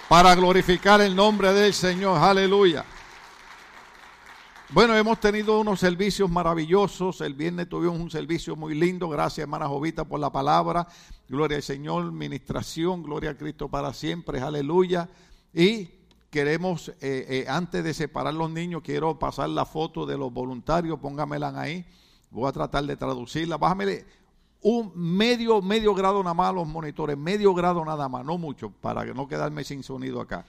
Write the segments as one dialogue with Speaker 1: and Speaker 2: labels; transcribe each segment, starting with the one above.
Speaker 1: para glorificar el nombre del Señor. Aleluya. Bueno, hemos tenido unos servicios maravillosos. El viernes tuvimos un servicio muy lindo. Gracias, hermana Jovita, por la palabra. Gloria al Señor, ministración, gloria a Cristo para siempre. Aleluya. Y queremos, antes de separar los niños, quiero pasar la foto de los voluntarios. Póngamela ahí. Voy a tratar de traducirla. Bájamele un medio grado nada más a los monitores. Medio grado nada más, no mucho, para no quedarme sin sonido acá.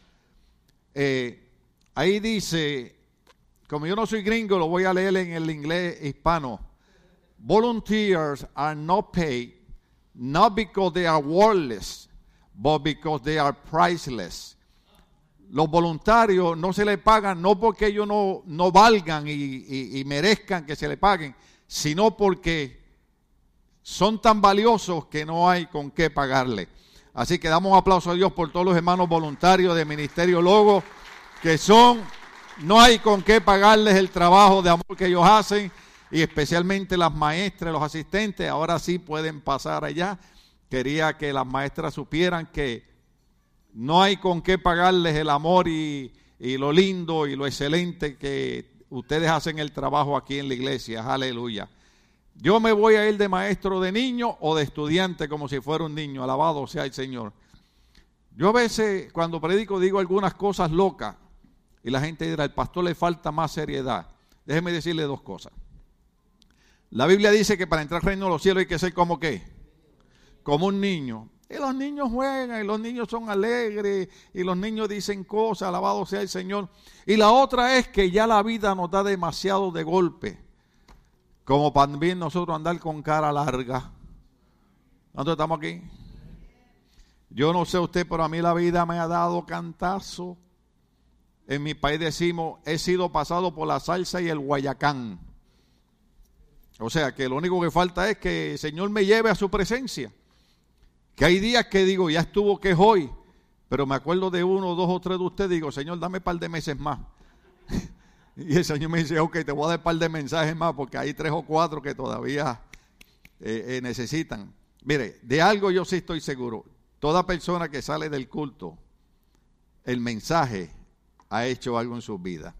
Speaker 1: Ahí dice... Como yo no soy gringo, lo voy a leer en el inglés hispano. Volunteers are not paid, not because they are worthless, but because they are priceless. Los voluntarios no se les pagan no porque ellos no valgan y merezcan que se les paguen, sino porque son tan valiosos que no hay con qué pagarle. Así que damos un aplauso a Dios por todos los hermanos voluntarios de Ministerio Logo, que no hay con qué pagarles el trabajo de amor que ellos hacen, y especialmente las maestras, los asistentes. Ahora sí pueden pasar allá. Quería que las maestras supieran que no hay con qué pagarles el amor y lo lindo y lo excelente que ustedes hacen el trabajo aquí en la iglesia. Aleluya. Yo me voy a ir de maestro de niño o de estudiante como si fuera un niño. Alabado sea el Señor. Yo a veces cuando predico digo algunas cosas locas. Y la gente dirá, al pastor le falta más seriedad. Déjeme decirle dos cosas. La Biblia dice que para entrar al reino de los cielos hay que ser como ¿qué? Como un niño. Y los niños juegan, y los niños son alegres, y los niños dicen cosas, alabado sea el Señor. Y la otra es que ya la vida nos da demasiado de golpe, como para también nosotros andar con cara larga. ¿Nosotros estamos aquí? Yo no sé usted, pero a mí la vida me ha dado cantazo. En mi país decimos, he sido pasado por la salsa y el guayacán. O sea, que lo único que falta es que el Señor me lleve a su presencia. Que hay días que digo, ya estuvo que es hoy, pero me acuerdo de uno, dos o tres de ustedes, digo, Señor, dame un par de meses más. Y el Señor me dice, ok, te voy a dar un par de mensajes más, porque hay 3 o 4 que todavía necesitan. Mire, de algo yo sí estoy seguro. Toda persona que sale del culto, el mensaje ha hecho algo en su vida.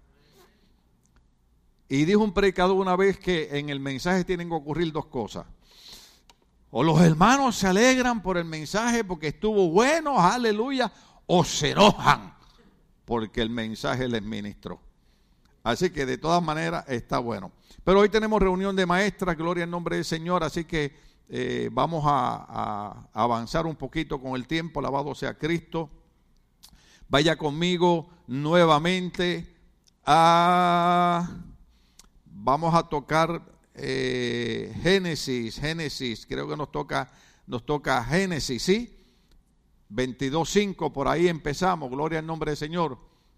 Speaker 1: Y dijo un predicador una vez que en el mensaje tienen que ocurrir dos cosas. O los hermanos se alegran por el mensaje porque estuvo bueno, aleluya, o se enojan porque el mensaje les ministró. Así que de todas maneras está bueno. Pero hoy tenemos reunión de maestras, gloria al nombre del Señor, así que vamos a avanzar un poquito con el tiempo, alabado sea Cristo. Vaya conmigo nuevamente vamos a tocar Génesis, creo que nos toca Génesis, ¿sí? 22:5, por ahí empezamos, gloria al nombre del Señor.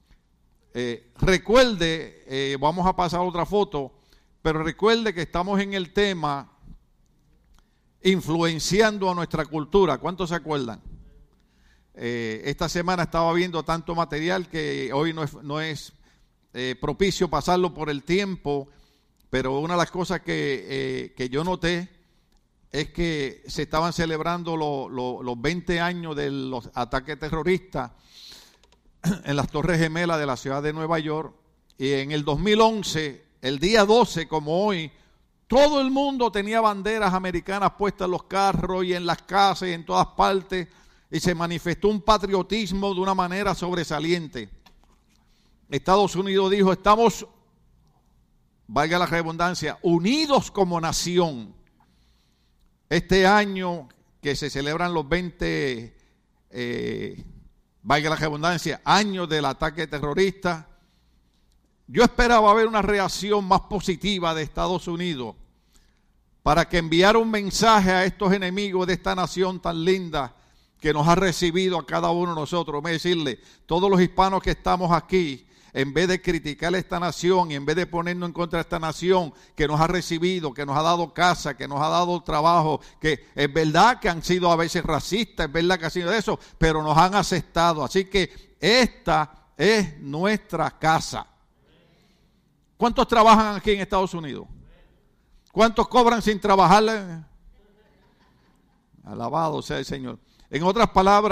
Speaker 1: Recuerde, vamos a pasar otra foto, pero recuerde que estamos en el tema influenciando a nuestra cultura. ¿Cuántos se acuerdan? Esta semana estaba viendo tanto material que hoy no es propicio pasarlo por el tiempo, pero una de las cosas que yo noté es que se estaban celebrando los 20 años de los ataques terroristas en las Torres Gemelas de la ciudad de Nueva York, y en el 2011, el día 12 como hoy, todo el mundo tenía banderas americanas puestas en los carros y en las casas y en todas partes. Y se manifestó un patriotismo de una manera sobresaliente. Estados Unidos dijo, estamos, valga la redundancia, unidos como nación. Este año que se celebran los 20, valga la redundancia, años del ataque terrorista, yo esperaba ver una reacción más positiva de Estados Unidos para que enviara un mensaje a estos enemigos de esta nación tan linda que nos ha recibido a cada uno de nosotros. Voy a decirle, todos los hispanos que estamos aquí, en vez de criticar a esta nación y en vez de ponernos en contra de esta nación que nos ha recibido, que nos ha dado casa, que nos ha dado trabajo, que es verdad que han sido a veces racistas, es verdad que ha sido eso, pero nos han aceptado. Así que esta es nuestra casa. ¿Cuántos trabajan aquí en Estados Unidos? ¿Cuántos cobran sin trabajar? Alabado sea el Señor. En otras palabras,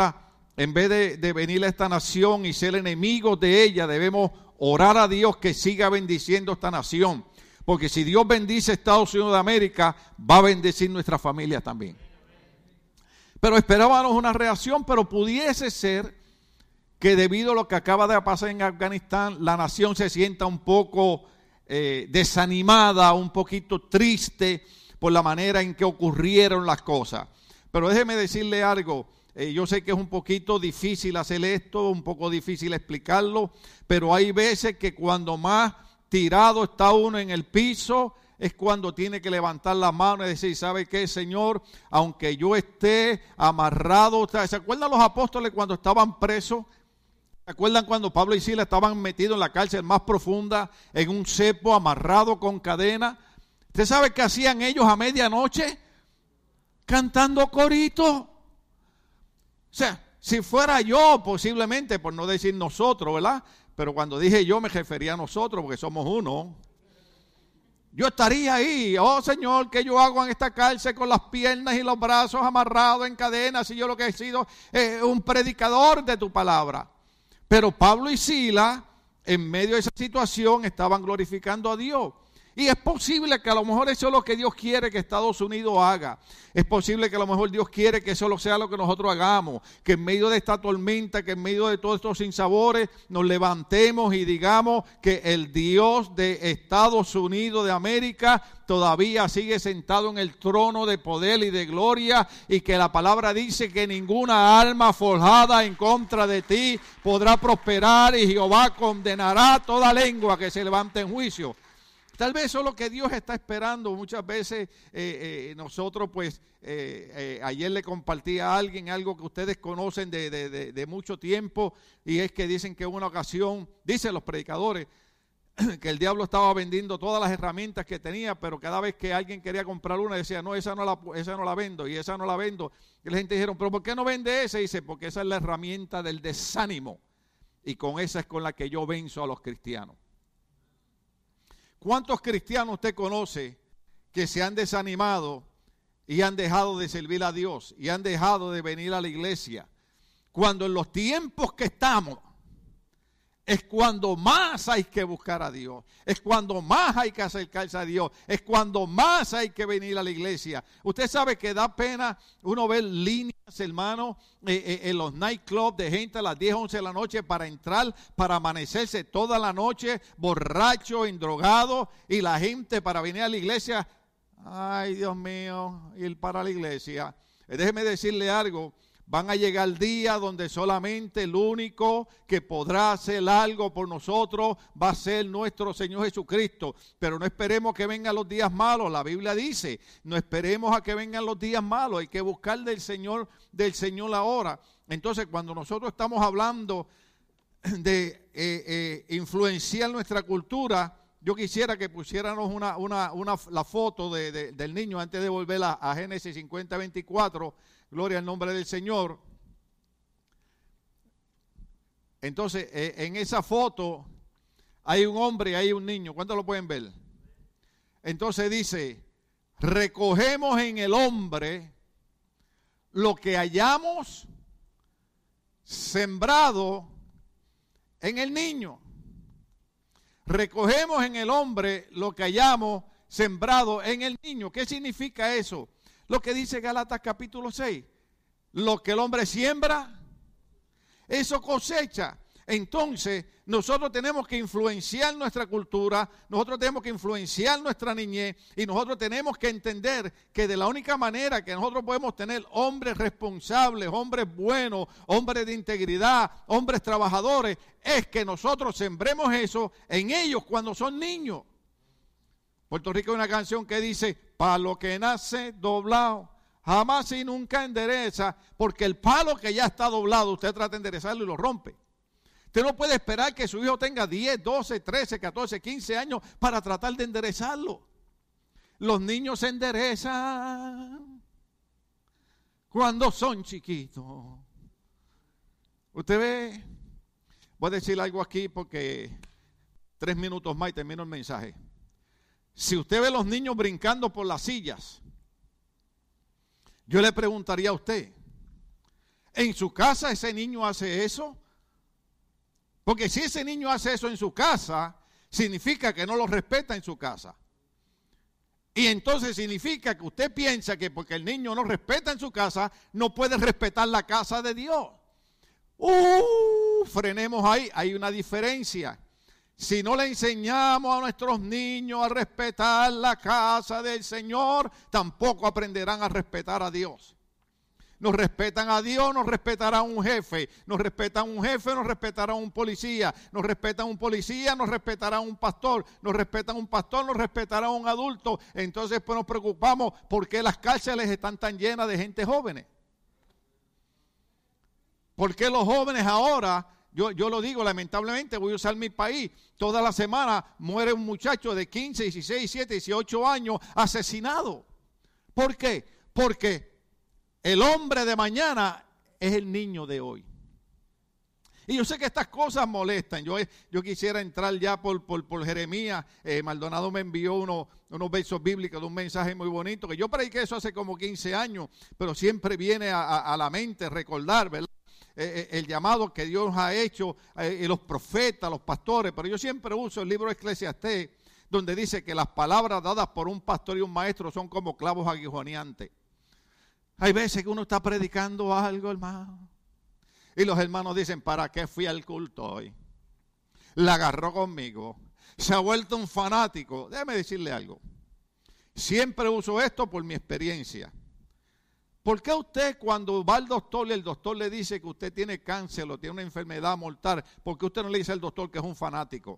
Speaker 1: en vez de venir a esta nación y ser enemigos de ella, debemos orar a Dios que siga bendiciendo esta nación. Porque si Dios bendice a Estados Unidos de América, va a bendecir nuestra familia también. Pero esperábamos una reacción, pero pudiese ser que debido a lo que acaba de pasar en Afganistán, la nación se sienta un poco desanimada, un poquito triste por la manera en que ocurrieron las cosas. Pero déjeme decirle algo, yo sé que es un poquito difícil hacer esto, un poco difícil explicarlo, pero hay veces que cuando más tirado está uno en el piso, es cuando tiene que levantar la mano y decir, ¿sabe qué, Señor? Aunque yo esté amarrado, ¿se acuerdan los apóstoles cuando estaban presos? ¿Se acuerdan cuando Pablo y Silas estaban metidos en la cárcel más profunda, en un cepo, amarrado con cadena? ¿Usted sabe qué hacían ellos a medianoche? Cantando coritos. O sea, si fuera yo, posiblemente, por no decir nosotros, ¿verdad? Pero cuando dije yo me refería a nosotros, porque somos uno. Yo estaría ahí, oh Señor, ¿qué yo hago en esta cárcel con las piernas y los brazos amarrados en cadenas? Y yo lo que he sido es un predicador de tu palabra. Pero Pablo y Silas, en medio de esa situación, estaban glorificando a Dios. Y es posible que a lo mejor eso es lo que Dios quiere que Estados Unidos haga. Es posible que a lo mejor Dios quiere que eso sea lo que nosotros hagamos. Que en medio de esta tormenta, que en medio de todos estos sinsabores, nos levantemos y digamos que el Dios de Estados Unidos de América todavía sigue sentado en el trono de poder y de gloria. Y que la palabra dice que ninguna arma forjada en contra de ti podrá prosperar. Y Jehová condenará toda lengua que se levante en juicio. Tal vez eso es lo que Dios está esperando. Muchas veces nosotros ayer le compartí a alguien algo que ustedes conocen de mucho tiempo, y es que dicen que en una ocasión, dicen los predicadores, que el diablo estaba vendiendo todas las herramientas que tenía, pero cada vez que alguien quería comprar una decía, no, esa no la vendo y esa no la vendo. Y la gente dijeron, pero ¿por qué no vende esa? Y dice, porque esa es la herramienta del desánimo, y con esa es con la que yo venzo a los cristianos. ¿Cuántos cristianos usted conoce que se han desanimado y han dejado de servir a Dios y han dejado de venir a la iglesia? Cuando en los tiempos que estamos es cuando más hay que buscar a Dios, es cuando más hay que acercarse a Dios, es cuando más hay que venir a la iglesia. Usted sabe que da pena uno ver líneas, hermano, en los nightclubs de gente a las 10, 11 de la noche para entrar, para amanecerse toda la noche, borracho, endrogado, y la gente para venir a la iglesia. Ay, Dios mío, ir para la iglesia. Déjeme decirle algo. Van a llegar días donde solamente el único que podrá hacer algo por nosotros va a ser nuestro Señor Jesucristo. Pero no esperemos que vengan los días malos. La Biblia dice, no esperemos a que vengan los días malos. Hay que buscar del Señor ahora. Entonces, cuando nosotros estamos hablando de influenciar nuestra cultura, yo quisiera que pusiéramos la foto del niño antes de volver a Génesis 50:24. Gloria al nombre del Señor. Entonces, en esa foto hay un hombre y hay un niño. ¿Cuántos lo pueden ver? Entonces dice, recogemos en el hombre lo que hayamos sembrado en el niño. Recogemos en el hombre lo que hayamos sembrado en el niño. ¿Qué significa eso? Lo que dice Gálatas capítulo 6, lo que el hombre siembra, eso cosecha. Entonces, nosotros tenemos que influenciar nuestra cultura, nosotros tenemos que influenciar nuestra niñez, y nosotros tenemos que entender que de la única manera que nosotros podemos tener hombres responsables, hombres buenos, hombres de integridad, hombres trabajadores, es que nosotros sembremos eso en ellos cuando son niños. Puerto Rico hay una canción que dice, palo que nace doblado, jamás y nunca endereza, porque el palo que ya está doblado, usted trata de enderezarlo y lo rompe. Usted no puede esperar que su hijo tenga 10, 12, 13, 14, 15 años para tratar de enderezarlo. Los niños se enderezan cuando son chiquitos. Usted ve, voy a decir algo aquí porque 3 minutos más y termino el mensaje. Si usted ve a los niños brincando por las sillas, yo le preguntaría a usted, ¿En su casa ese niño hace eso? Porque si ese niño hace eso en su casa, significa que no lo respeta en su casa. Y entonces significa que usted piensa que porque el niño no respeta en su casa, no puede respetar la casa de Dios. Frenemos ahí, hay una diferencia. Si no le enseñamos a nuestros niños a respetar la casa del Señor, tampoco aprenderán a respetar a Dios. Nos respetan a Dios, nos respetará un jefe. Nos respetan un jefe, nos respetará un policía. Nos respetan un policía, nos respetará un pastor. Nos respetan un pastor, nos respetará un adulto. Entonces pues nos preocupamos porque las cárceles están tan llenas de gente jóvenes. Porque los jóvenes ahora, yo lo digo lamentablemente, voy a usar mi país, toda la semana muere un muchacho de 15, 16, 17, 18 años asesinado. ¿Por qué? Porque el hombre de mañana es el niño de hoy. Y yo sé que estas cosas molestan. Yo quisiera entrar ya por Jeremías. Maldonado me envió unos versos bíblicos de un mensaje muy bonito, que yo prediqué eso hace como 15 años, pero siempre viene a la mente recordar, ¿verdad? El llamado que Dios ha hecho, los profetas, los pastores. Pero yo siempre uso el libro de Eclesiastés, donde dice que las palabras dadas por un pastor y un maestro son como clavos aguijoneantes. Hay veces que uno está predicando algo, hermano, y los hermanos dicen, ¿para qué fui al culto hoy? La agarró conmigo, se ha vuelto un fanático. Déjeme decirle algo, siempre uso esto por mi experiencia. ¿Por qué usted cuando va al doctor y el doctor le dice que usted tiene cáncer o tiene una enfermedad mortal, por qué usted no le dice al doctor que es un fanático?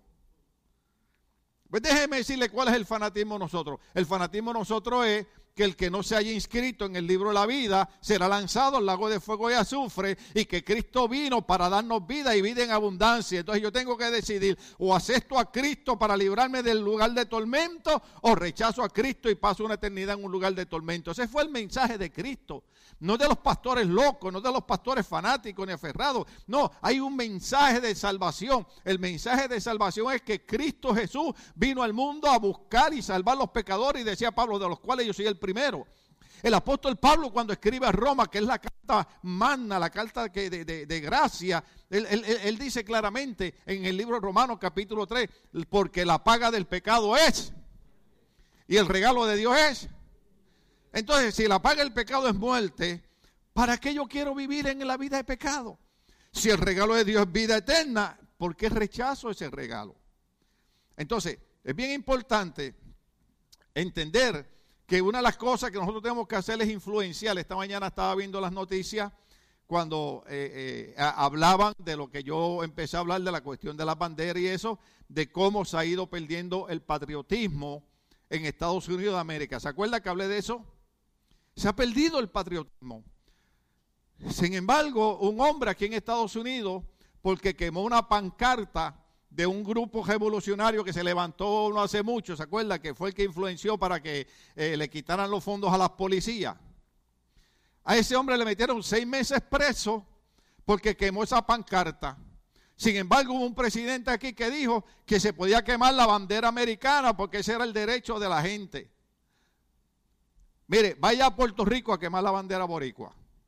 Speaker 1: Pues déjeme decirle cuál es el fanatismo de nosotros. El fanatismo de nosotros es que el que no se haya inscrito en el libro de la vida será lanzado al lago de fuego y azufre, y que Cristo vino para darnos vida y vida en abundancia. Entonces yo tengo que decidir, o acepto a Cristo para librarme del lugar de tormento, o rechazo a Cristo y paso una eternidad en un lugar de tormento. Ese fue el mensaje de Cristo, no de los pastores locos, no de los pastores fanáticos ni aferrados. No, hay un mensaje de salvación. El mensaje de salvación es que Cristo Jesús vino al mundo a buscar y salvar a los pecadores, y decía Pablo, de los cuales yo soy el primero. El apóstol Pablo, cuando escribe a Roma, que es la carta magna, la carta de gracia, él dice claramente en el libro de Romanos capítulo 3, porque la paga del pecado es, y el regalo de Dios es. Entonces, si la paga del pecado es muerte, ¿para qué yo quiero vivir en la vida de pecado? Si el regalo de Dios es vida eterna, ¿por qué rechazo ese regalo? Entonces, es bien importante entender que una de las cosas que nosotros tenemos que hacer es influenciar. Esta mañana estaba viendo las noticias cuando hablaban de lo que yo empecé a hablar, de la cuestión de la bandera y eso, de cómo se ha ido perdiendo el patriotismo en Estados Unidos de América. ¿Se acuerda que hablé de eso? Se ha perdido el patriotismo. Sin embargo, un hombre aquí en Estados Unidos, porque quemó una pancarta de un grupo revolucionario que se levantó no hace mucho, ¿se acuerda? Que fue el que influenció para que le quitaran los fondos a las policías. A ese hombre le metieron 6 meses preso porque quemó esa pancarta. Sin embargo, hubo un presidente aquí que dijo que se podía quemar la bandera americana porque ese era el derecho de la gente. Mire, vaya a Puerto Rico a quemar la bandera boricua,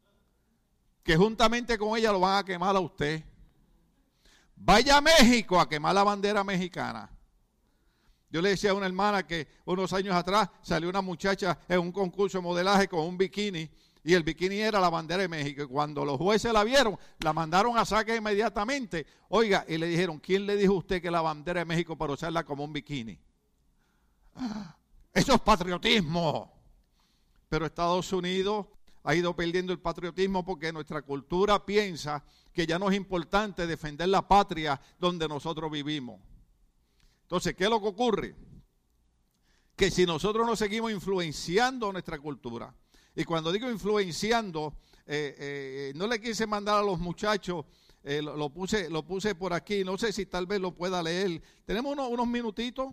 Speaker 1: que juntamente con ella lo van a quemar a usted. Vaya a México a quemar la bandera mexicana. Yo le decía a una hermana que unos años atrás salió una muchacha en un concurso de modelaje con un bikini, y el bikini era la bandera de México. Y cuando los jueces la vieron, la mandaron a saque inmediatamente. Oiga, y le dijeron, ¿quién le dijo a usted que la bandera de México para usarla como un bikini? Eso es patriotismo. Pero Estados Unidos ha ido perdiendo el patriotismo porque nuestra cultura piensa que ya no es importante defender la patria donde nosotros vivimos. Entonces, ¿qué es lo que ocurre? Que si nosotros no seguimos influenciando nuestra cultura, y cuando digo influenciando, no le quise mandar a los muchachos, lo puse por aquí, no sé si tal vez lo pueda leer. Tenemos unos minutitos.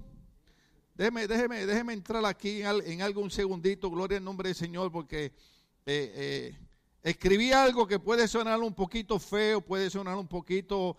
Speaker 1: Déjeme entrar aquí en algo un segundito, gloria al nombre del Señor, porque escribí algo que puede sonar un poquito feo, puede sonar un poquito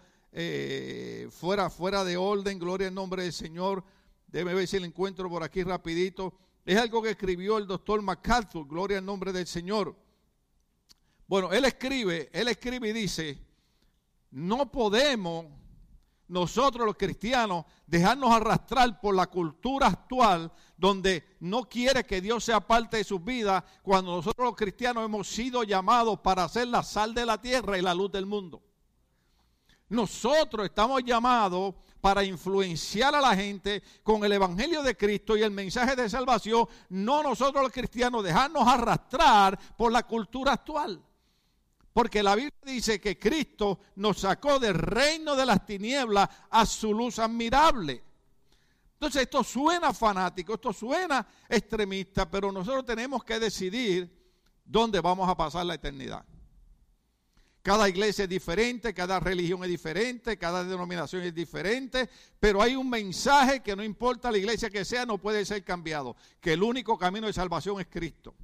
Speaker 1: fuera de orden, gloria al nombre del Señor. Déjeme ver si lo encuentro por aquí rapidito. Es algo que escribió el doctor MacArthur, gloria al nombre del Señor. Bueno, él escribe y dice, no podemos nosotros los cristianos dejarnos arrastrar por la cultura actual donde no quiere que Dios sea parte de sus vidas, cuando nosotros los cristianos hemos sido llamados para ser la sal de la tierra y la luz del mundo. Nosotros estamos llamados para influenciar a la gente con el evangelio de Cristo y el mensaje de salvación, no nosotros los cristianos dejarnos arrastrar por la cultura actual. Porque la Biblia dice que Cristo nos sacó del reino de las tinieblas a su luz admirable. Entonces esto suena fanático, esto suena extremista, pero nosotros tenemos que decidir dónde vamos a pasar la eternidad. Cada iglesia es diferente, cada religión es diferente, cada denominación es diferente, pero hay un mensaje que no importa la iglesia que sea, no puede ser cambiado, que el único camino de salvación es Cristo.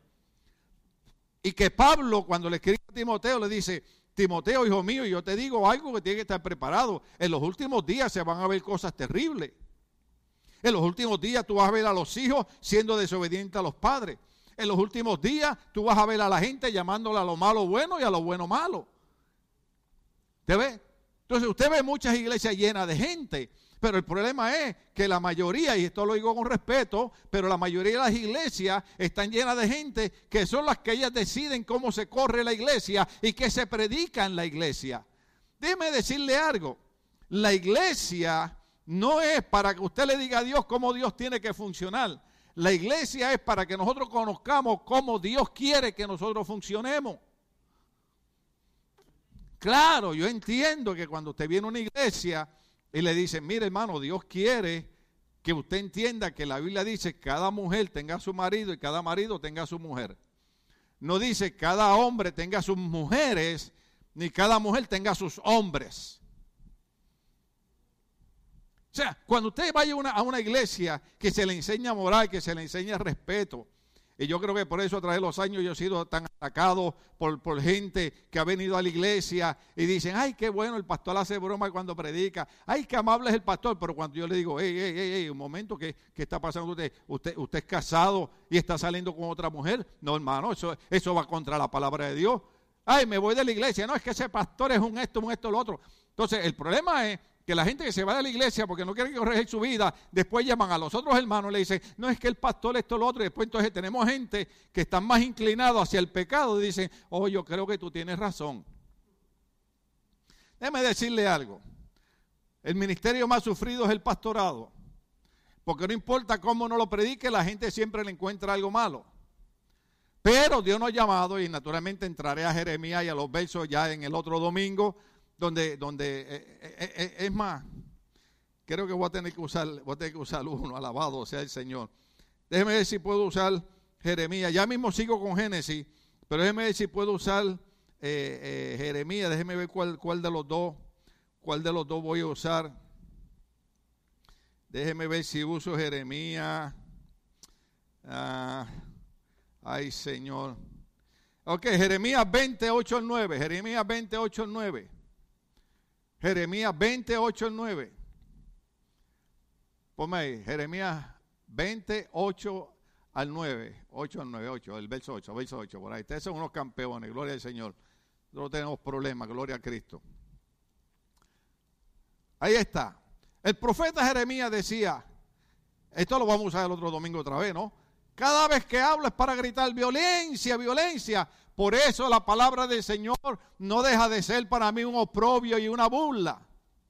Speaker 1: Y que Pablo, cuando le escribe a Timoteo, le dice, Timoteo, hijo mío, yo te digo algo que tiene que estar preparado. En los últimos días se van a ver cosas terribles. En los últimos días tú vas a ver a los hijos siendo desobedientes a los padres. En los últimos días tú vas a ver a la gente llamándole a lo malo bueno y a lo bueno malo. ¿Te ve? Entonces usted ve muchas iglesias llenas de gente, pero el problema es que la mayoría, y esto lo digo con respeto, pero la mayoría de las iglesias están llenas de gente que son las que ellas deciden cómo se corre la iglesia y qué se predica en la iglesia. Déjeme decirle algo, la iglesia no es para que usted le diga a Dios cómo Dios tiene que funcionar. La iglesia es para que nosotros conozcamos cómo Dios quiere que nosotros funcionemos. Claro, yo entiendo que cuando usted viene a una iglesia y le dicen, mire hermano, Dios quiere que usted entienda que la Biblia dice que cada mujer tenga a su marido y cada marido tenga a su mujer. No dice cada hombre tenga a sus mujeres, ni cada mujer tenga a sus hombres. O sea, cuando usted vaya a una iglesia que se le enseña moral, que se le enseña respeto, y yo creo que por eso a través de los años yo he sido tan atacado por gente que ha venido a la iglesia y dicen, ay, qué bueno, el pastor hace broma cuando predica, ay, qué amable es el pastor, pero cuando yo le digo, un momento, ¿qué está pasando usted? ¿Usted es casado y está saliendo con otra mujer? No, hermano, eso va contra la palabra de Dios. Ay, me voy de la iglesia, no, es que ese pastor es un esto, lo otro. Entonces, el problema es que la gente que se va de la iglesia porque no quiere corregir su vida, después llaman a los otros hermanos y le dicen, no, es que el pastor esto, lo otro, y después entonces tenemos gente que está más inclinado hacia el pecado y dicen, oh, yo creo que tú tienes razón. Déjeme decirle algo, el ministerio más sufrido es el pastorado, porque no importa cómo no lo predique, la gente siempre le encuentra algo malo. Pero Dios nos ha llamado, y naturalmente entraré a Jeremías y a los versos ya en el otro domingo, donde es más, creo que voy a tener que usar uno, alabado sea el Señor. Déjeme ver si puedo usar Jeremías, ya mismo sigo con Génesis, pero déjeme ver si puedo usar Jeremías, déjeme ver cuál de los dos voy a usar. Déjeme ver si uso Jeremías. Ay, Señor. Ok, Jeremías 28:9. Jeremías 28:9. Jeremías 28:9. Ponme ahí, Jeremías 28 al 9. 8 al 9, 8, el verso 8, por ahí. Ustedes son unos campeones, gloria al Señor. No tenemos problemas, gloria a Cristo. Ahí está. El profeta Jeremías decía, esto lo vamos a usar el otro domingo otra vez, ¿no? Cada vez que hablo es para gritar violencia, violencia. Por eso la palabra del Señor no deja de ser para mí un oprobio y una burla.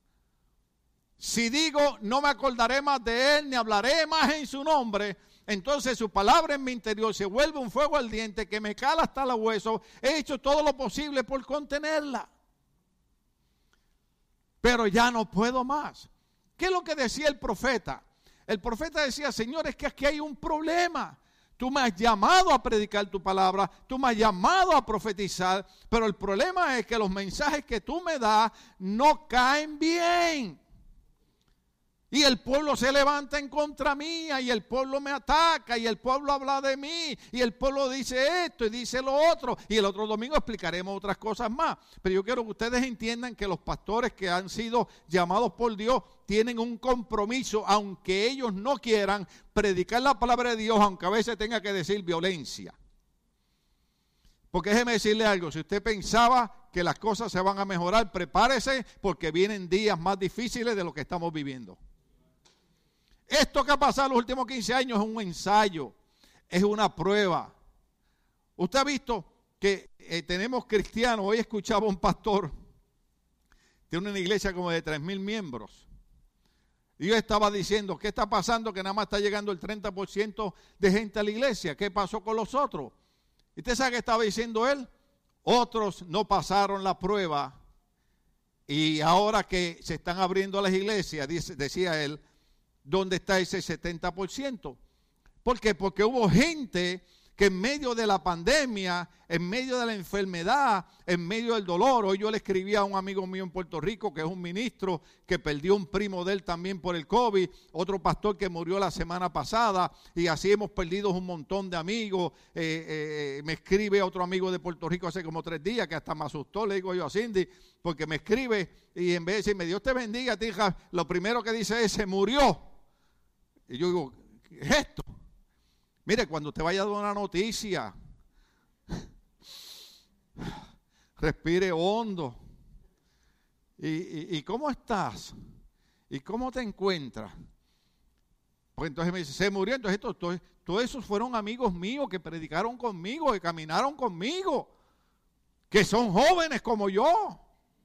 Speaker 1: Si digo, no me acordaré más de él, ni hablaré más en su nombre, entonces su palabra en mi interior se vuelve un fuego ardiente que me cala hasta los huesos. He hecho todo lo posible por contenerla, pero ya no puedo más. ¿Qué es lo que decía el profeta? El profeta decía, Señor, es que aquí hay un problema. Tú me has llamado a predicar tu palabra, tú me has llamado a profetizar, pero el problema es que los mensajes que tú me das no caen bien. Y el pueblo se levanta en contra mía, y el pueblo me ataca, y el pueblo habla de mí, y el pueblo dice esto y dice lo otro, y el otro domingo explicaremos otras cosas más. Pero yo quiero que ustedes entiendan que los pastores que han sido llamados por Dios tienen un compromiso, aunque ellos no quieran predicar la palabra de Dios, aunque a veces tenga que decir violencia. Porque déjeme decirle algo, si usted pensaba que las cosas se van a mejorar, prepárese porque vienen días más difíciles de lo que estamos viviendo. Esto que ha pasado en los últimos 15 años es un ensayo, es una prueba. Usted ha visto que tenemos cristianos, hoy escuchaba un pastor, tiene una iglesia como de 3,000 miembros. Y yo estaba diciendo, ¿qué está pasando? Que nada más está llegando el 30% de gente a la iglesia. ¿Qué pasó con los otros? ¿Y usted sabe qué estaba diciendo él? Otros no pasaron la prueba y ahora que se están abriendo las iglesias, decía él, ¿dónde está ese 70%? ¿Por qué? Porque hubo gente que en medio de la pandemia, en medio de la enfermedad, en medio del dolor, hoy yo le escribí a un amigo mío en Puerto Rico, que es un ministro, que perdió un primo de él también por el COVID, otro pastor que murió la semana pasada, y así hemos perdido un montón de amigos. Me escribe otro amigo de Puerto Rico hace como 3 días, que hasta me asustó, le digo yo a Cindy, porque me escribe, y en vez de decirme, Dios te bendiga, tija, lo primero que dice es, se murió. Y yo digo, ¿qué es esto? Mire, cuando usted vaya a dar una noticia, respire hondo. ¿Y cómo estás? ¿Y cómo te encuentras? Pues entonces me dice, se murió. Entonces todos esos fueron amigos míos que predicaron conmigo, que caminaron conmigo, que son jóvenes como yo.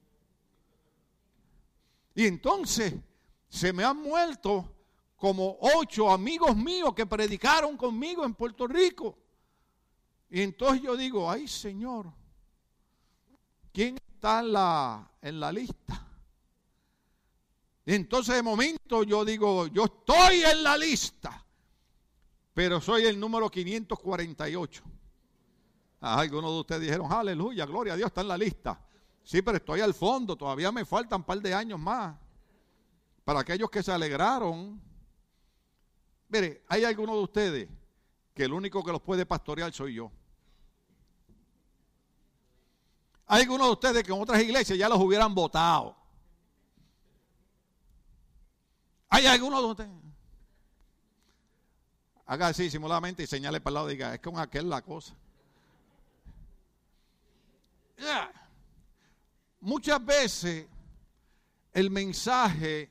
Speaker 1: Y entonces se me han muerto como 8 amigos míos que predicaron conmigo en Puerto Rico. Y entonces yo digo, ay Señor, ¿quién está en la lista? Y entonces de momento yo digo, yo estoy en la lista, pero soy el número 548. Algunos de ustedes dijeron, aleluya, gloria a Dios, está en la lista. Sí, pero estoy al fondo, todavía me faltan un par de años más. Para aquellos que se alegraron, mire, hay algunos de ustedes que el único que los puede pastorear soy yo. Hay algunos de ustedes que en otras iglesias ya los hubieran votado. Hay algunos de ustedes. Haga así simuladamente y señale para el lado y diga, es con aquel la cosa. Muchas veces el mensaje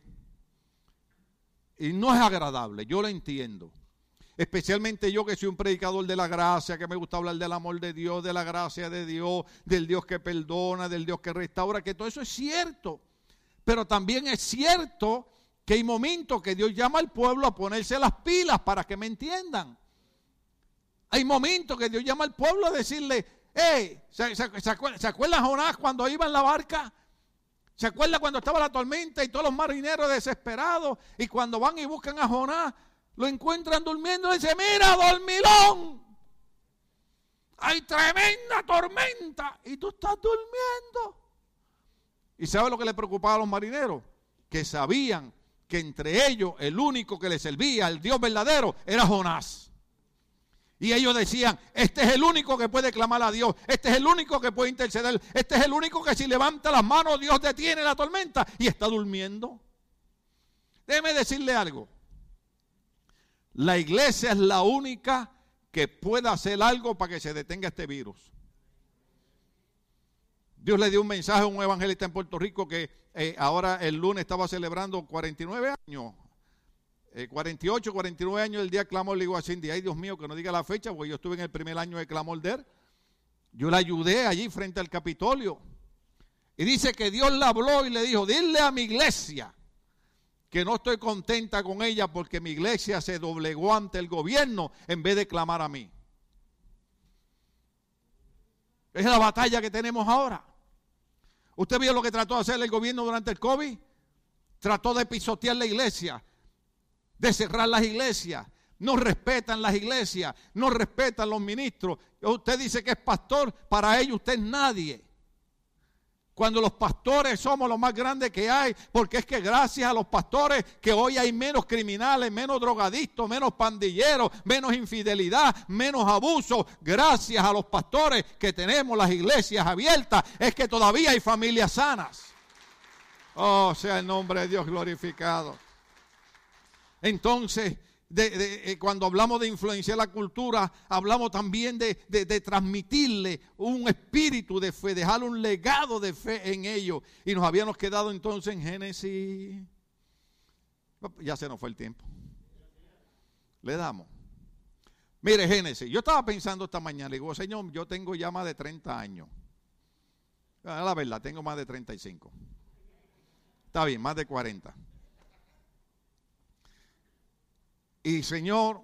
Speaker 1: y no es agradable, yo lo entiendo. Especialmente yo que soy un predicador de la gracia, que me gusta hablar del amor de Dios, de la gracia de Dios, del Dios que perdona, del Dios que restaura, que todo eso es cierto. Pero también es cierto que hay momentos que Dios llama al pueblo a ponerse las pilas para que me entiendan. Hay momentos que Dios llama al pueblo a decirle, hey, ¿se acuerdan Jonás cuando iba en la barca? ¿Se acuerda cuando estaba la tormenta y todos los marineros desesperados? Y cuando van y buscan a Jonás, lo encuentran durmiendo y dicen, mira, dormilón, hay tremenda tormenta y tú estás durmiendo. ¿Y sabe lo que le preocupaba a los marineros? Que sabían que entre ellos el único que les servía al Dios verdadero era Jonás. Y ellos decían, este es el único que puede clamar a Dios, este es el único que puede interceder, este es el único que si levanta las manos Dios detiene la tormenta y está durmiendo. Déjeme decirle algo, la iglesia es la única que puede hacer algo para que se detenga este virus. Dios le dio un mensaje a un evangelista en Puerto Rico que ahora el lunes estaba celebrando 49 años. 48, 49 años del día del clamor. Le digo a Cindy, ay Dios mío, que no diga la fecha, porque yo estuve en el primer año de clamor de él. Yo la ayudé allí frente al Capitolio. Y dice que Dios le habló y le dijo, dile a mi iglesia que no estoy contenta con ella porque mi iglesia se doblegó ante el gobierno en vez de clamar a mí. Esa es la batalla que tenemos ahora. ¿Usted vio lo que trató de hacer el gobierno durante el COVID? Trató de pisotear la iglesia, de cerrar las iglesias. No respetan las iglesias, no respetan los ministros. Usted dice que es pastor, para ellos usted es nadie. Cuando los pastores somos los más grandes que hay, porque es que gracias a los pastores que hoy hay menos criminales, menos drogadictos, menos pandilleros, menos infidelidad, menos abuso. Gracias a los pastores que tenemos las iglesias abiertas, es que todavía hay familias sanas. Oh, sea el nombre de Dios glorificado. Entonces, cuando hablamos de influenciar la cultura, hablamos también de transmitirle un espíritu de fe, dejar un legado de fe en ellos. Y nos habíamos quedado entonces en Génesis. Ya se nos fue el tiempo. Le damos. Mire, Génesis, yo estaba pensando esta mañana, le digo, Señor, yo tengo ya más de 30 años. La verdad, tengo más de 35. Está bien, más de 40. Y Señor,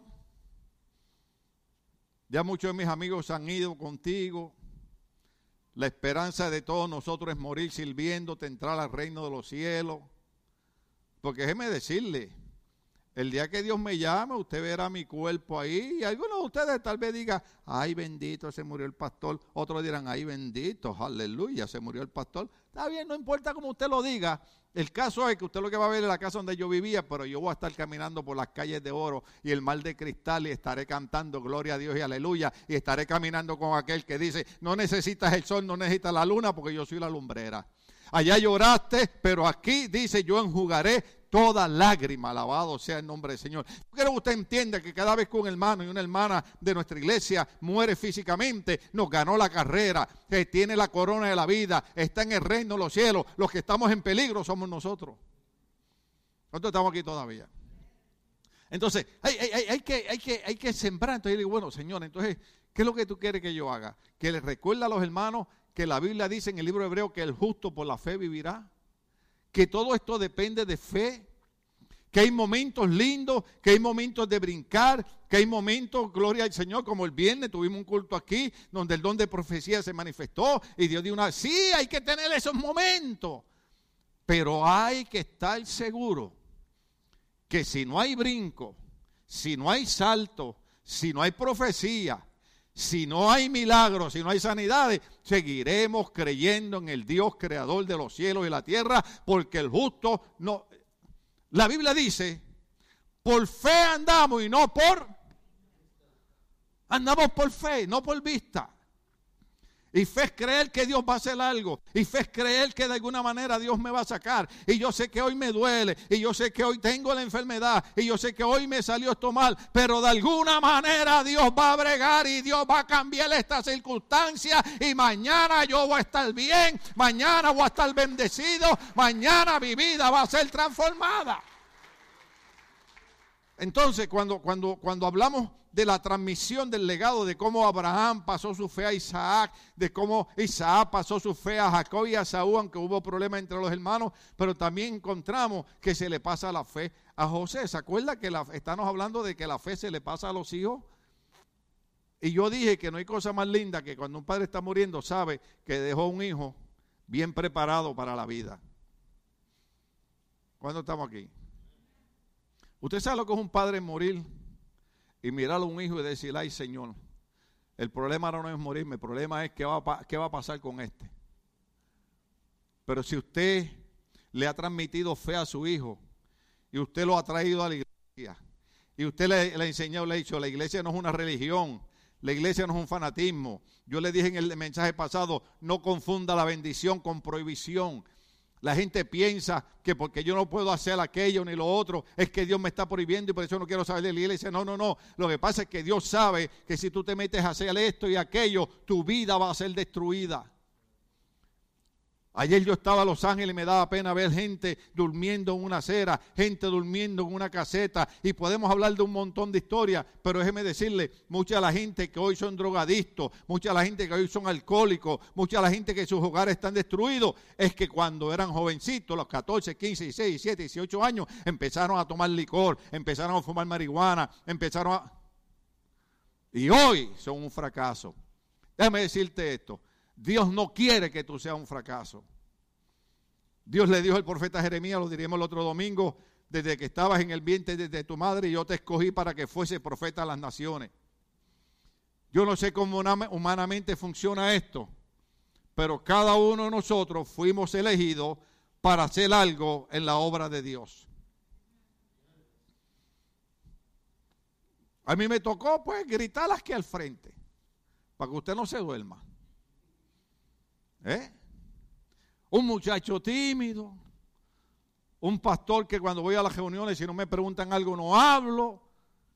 Speaker 1: ya muchos de mis amigos han ido contigo. La esperanza de todos nosotros es morir sirviéndote, entrar al reino de los cielos. Porque déjeme decirle, el día que Dios me llame, usted verá mi cuerpo ahí. Y algunos de ustedes tal vez digan, ay bendito, se murió el pastor. Otros dirán, ay bendito, aleluya, se murió el pastor. Está bien, no importa cómo usted lo diga. El caso es que usted lo que va a ver es la casa donde yo vivía, pero yo voy a estar caminando por las calles de oro y el mar de cristal y estaré cantando gloria a Dios y aleluya. Y estaré caminando con aquel que dice, no necesitas el sol, no necesitas la luna porque yo soy la lumbrera. Allá lloraste, pero aquí dice, yo enjugaré toda lágrima, alabado sea el nombre del Señor. Yo quiero que usted entienda que cada vez que un hermano y una hermana de nuestra iglesia muere físicamente, nos ganó la carrera, que tiene la corona de la vida, está en el reino de los cielos. Los que estamos en peligro somos nosotros. Nosotros estamos aquí todavía. Entonces, hay que sembrar. Entonces yo digo, bueno, Señor, entonces, ¿qué es lo que tú quieres que yo haga? Que les recuerde a los hermanos que la Biblia dice en el libro hebreo que el justo por la fe vivirá. Que todo esto depende de fe, que hay momentos lindos, que hay momentos de brincar, que hay momentos, gloria al Señor, como el viernes tuvimos un culto aquí, donde el don de profecía se manifestó, y Dios dio una, sí, hay que tener esos momentos, pero hay que estar seguro que si no hay brinco, si no hay salto, si no hay profecía, si no hay milagros, si no hay sanidades, seguiremos creyendo en el Dios creador de los cielos y la tierra, porque el justo no. La Biblia dice, por fe andamos y no por. Andamos por fe, no por vista. Y fe es creer que Dios va a hacer algo. Y fe es creer que de alguna manera Dios me va a sacar. Y yo sé que hoy me duele. Y yo sé que hoy tengo la enfermedad. Y yo sé que hoy me salió esto mal. Pero de alguna manera Dios va a bregar y Dios va a cambiar esta circunstancia. Y mañana yo voy a estar bien. Mañana voy a estar bendecido. Mañana mi vida va a ser transformada. Entonces, cuando hablamos de la transmisión del legado, de cómo Abraham pasó su fe a Isaac, de cómo Isaac pasó su fe a Jacob y a Saúl, aunque hubo problemas entre los hermanos, pero también encontramos que se le pasa la fe a José. ¿Se acuerda que estamos hablando de que la fe se le pasa a los hijos? Y yo dije que no hay cosa más linda que cuando un padre está muriendo sabe que dejó un hijo bien preparado para la vida. ¿Cuándo estamos aquí? ¿Usted sabe lo que es un padre morir y mirar a un hijo y decir, ay Señor, el problema no es morirme, el problema es qué va a pasar con este? Pero si usted le ha transmitido fe a su hijo y usted lo ha traído a la iglesia y usted le ha enseñado, le ha dicho, la iglesia no es una religión, la iglesia no es un fanatismo. Yo le dije en el mensaje pasado, no confunda la bendición con prohibición. La gente piensa que porque yo no puedo hacer aquello ni lo otro, es que Dios me está prohibiendo y por eso no quiero saber de la iglesia. No. Lo que pasa es que Dios sabe que si tú te metes a hacer esto y aquello, tu vida va a ser destruida. Ayer yo estaba en Los Ángeles y me daba pena ver gente durmiendo en una acera, gente durmiendo en una caseta, y podemos hablar de un montón de historias, pero déjeme decirle, mucha de la gente que hoy son drogadictos, mucha de la gente que hoy son alcohólicos, mucha de la gente que sus hogares están destruidos, es que cuando eran jovencitos, los 14, 15, 16, 17, 18 años, empezaron a tomar licor, empezaron a fumar marihuana, y hoy son un fracaso. Déjame decirte esto. Dios no quiere que tú seas un fracaso. Dios le dijo al profeta Jeremías, lo diríamos el otro domingo, desde que estabas en el vientre de tu madre, yo te escogí para que fuese profeta a las naciones. Yo no sé cómo humanamente funciona esto, pero cada uno de nosotros fuimos elegidos para hacer algo en la obra de Dios. A mí me tocó pues gritar aquí al frente, para que usted no se duerma. Un muchacho tímido, un pastor que cuando voy a las reuniones si no me preguntan algo no hablo,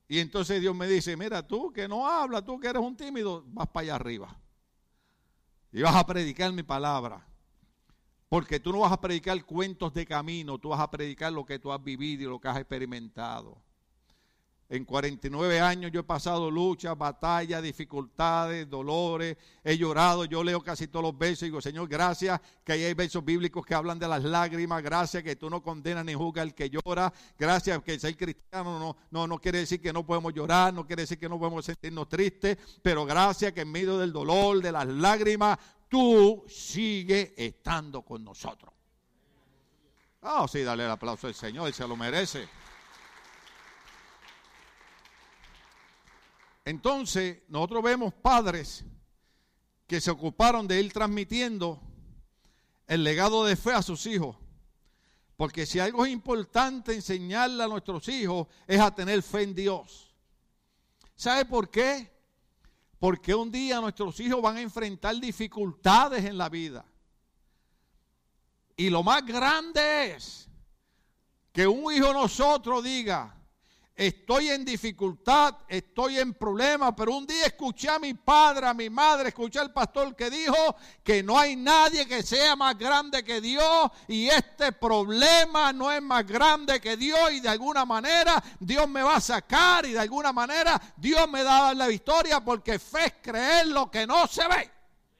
Speaker 1: Y entonces Dios me dice, mira, tú que no hablas, tú que eres un tímido, vas para allá arriba. Y vas a predicar mi palabra. Porque tú no vas a predicar cuentos de camino, tú vas a predicar lo que tú has vivido y lo que has experimentado. En 49 años yo he pasado luchas, batallas, dificultades, dolores, he llorado, yo leo casi todos los versos y digo, Señor, gracias que hay versos bíblicos que hablan de las lágrimas, gracias que tú no condenas ni juzgas al que llora, gracias que ser cristiano no quiere decir que no podemos llorar, no quiere decir que no podemos sentirnos tristes, pero gracias que en medio del dolor, de las lágrimas, tú sigues estando con nosotros. Oh, sí, dale el aplauso al Señor, Él se lo merece. Entonces, nosotros vemos padres que se ocuparon de ir transmitiendo el legado de fe a sus hijos. Porque si algo es importante enseñarle a nuestros hijos es a tener fe en Dios. ¿Sabe por qué? Porque un día nuestros hijos van a enfrentar dificultades en la vida. Y lo más grande es que un hijo de nosotros diga, estoy en dificultad, estoy en problemas, pero un día escuché a mi padre, a mi madre, escuché al pastor que dijo que no hay nadie que sea más grande que Dios y este problema no es más grande que Dios y de alguna manera Dios me va a sacar y de alguna manera Dios me va a dar la victoria porque fe es creer lo que no se ve.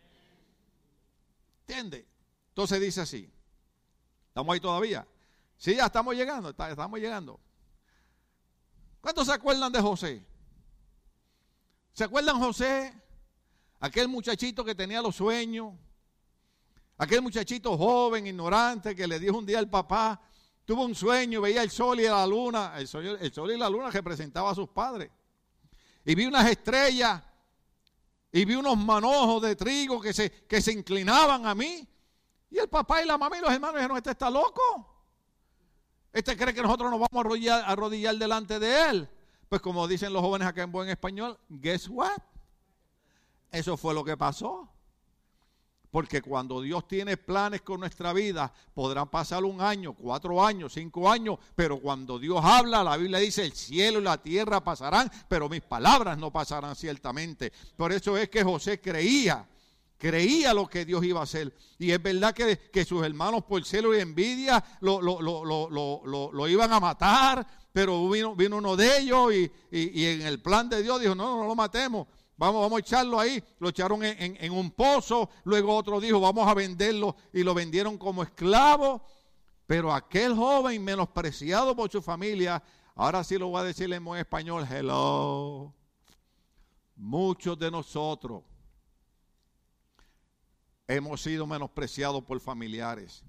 Speaker 1: ¿Entiende? Entonces dice así, ¿estamos ahí todavía? Sí, ya estamos llegando, estamos llegando. ¿Cuántos se acuerdan de José? ¿Se acuerdan José? Aquel muchachito que tenía los sueños. Aquel muchachito joven, ignorante, que le dijo un día al papá, tuvo un sueño, veía el sol y la luna. El sol y la luna representaban a sus padres. Y vi unas estrellas y vi unos manojos de trigo que se inclinaban a mí. Y el papá y la mamá y los hermanos dijeron, este está loco. Este cree que nosotros nos vamos a arrodillar delante de él. Pues como dicen los jóvenes acá en buen español, guess what? Eso fue lo que pasó. Porque cuando Dios tiene planes con nuestra vida, podrán pasar 1 año, 4 años, 5 años, pero cuando Dios habla, la Biblia dice, el cielo y la tierra pasarán, pero mis palabras no pasarán ciertamente. Por eso es que José creía lo que Dios iba a hacer. Y es verdad que sus hermanos por celo y envidia lo iban a matar, pero vino uno de ellos y en el plan de Dios dijo, no lo matemos, vamos a echarlo ahí. Lo echaron en un pozo, luego otro dijo, vamos a venderlo y lo vendieron como esclavo. Pero aquel joven menospreciado por su familia, ahora sí lo voy a decir en buen español, hello, muchos de nosotros hemos sido menospreciados por familiares.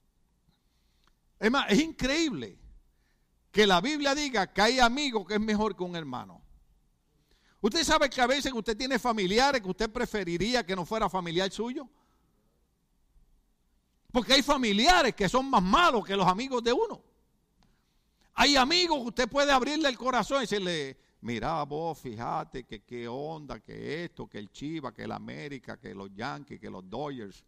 Speaker 1: Es más, es increíble que la Biblia diga que hay amigos que es mejor que un hermano. Usted sabe que a veces usted tiene familiares que usted preferiría que no fuera familiar suyo. Porque hay familiares que son más malos que los amigos de uno. Hay amigos que usted puede abrirle el corazón y decirle, mira vos, fíjate que qué onda, que esto, que el Chivas, que el América, que los Yankees, que los Dodgers.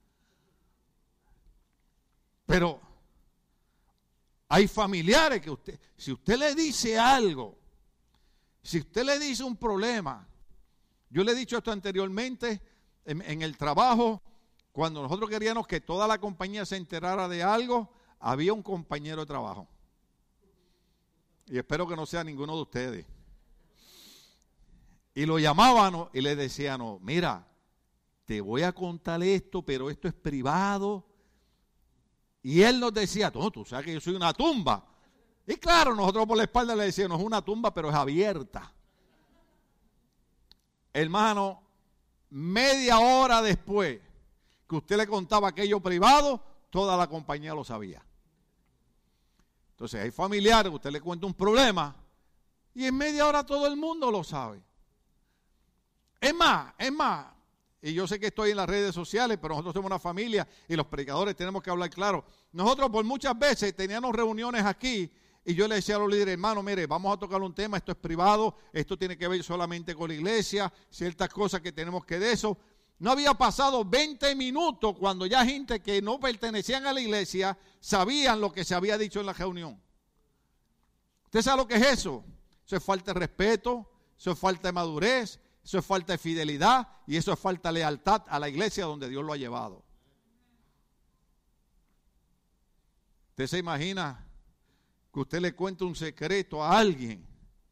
Speaker 1: Pero hay familiares que usted, si usted le dice algo, si usted le dice un problema, yo le he dicho esto anteriormente, en el trabajo, cuando nosotros queríamos que toda la compañía se enterara de algo, había un compañero de trabajo. Y espero que no sea ninguno de ustedes. Y lo llamaban y le decían, mira, te voy a contar esto, pero esto es privado. Y él nos decía, tú sabes que yo soy una tumba. Y claro, nosotros por la espalda le decíamos, es una tumba, pero es abierta. Hermano, media hora después que usted le contaba aquello privado, toda la compañía lo sabía. Entonces hay familiares que usted le cuenta un problema y en media hora todo el mundo lo sabe. Es más, y yo sé que estoy en las redes sociales, pero nosotros somos una familia y los predicadores tenemos que hablar claro. Nosotros por muchas veces teníamos reuniones aquí y yo le decía a los líderes, hermano, mire, vamos a tocar un tema, esto es privado, esto tiene que ver solamente con la iglesia, ciertas cosas que tenemos que de eso. No había pasado 20 minutos cuando ya gente que no pertenecían a la iglesia sabían lo que se había dicho en la reunión. ¿Usted sabe lo que es eso? Eso es falta de respeto, eso es falta de madurez, eso es falta de fidelidad y eso es falta de lealtad a la iglesia donde Dios lo ha llevado. ¿Usted se imagina que usted le cuenta un secreto a alguien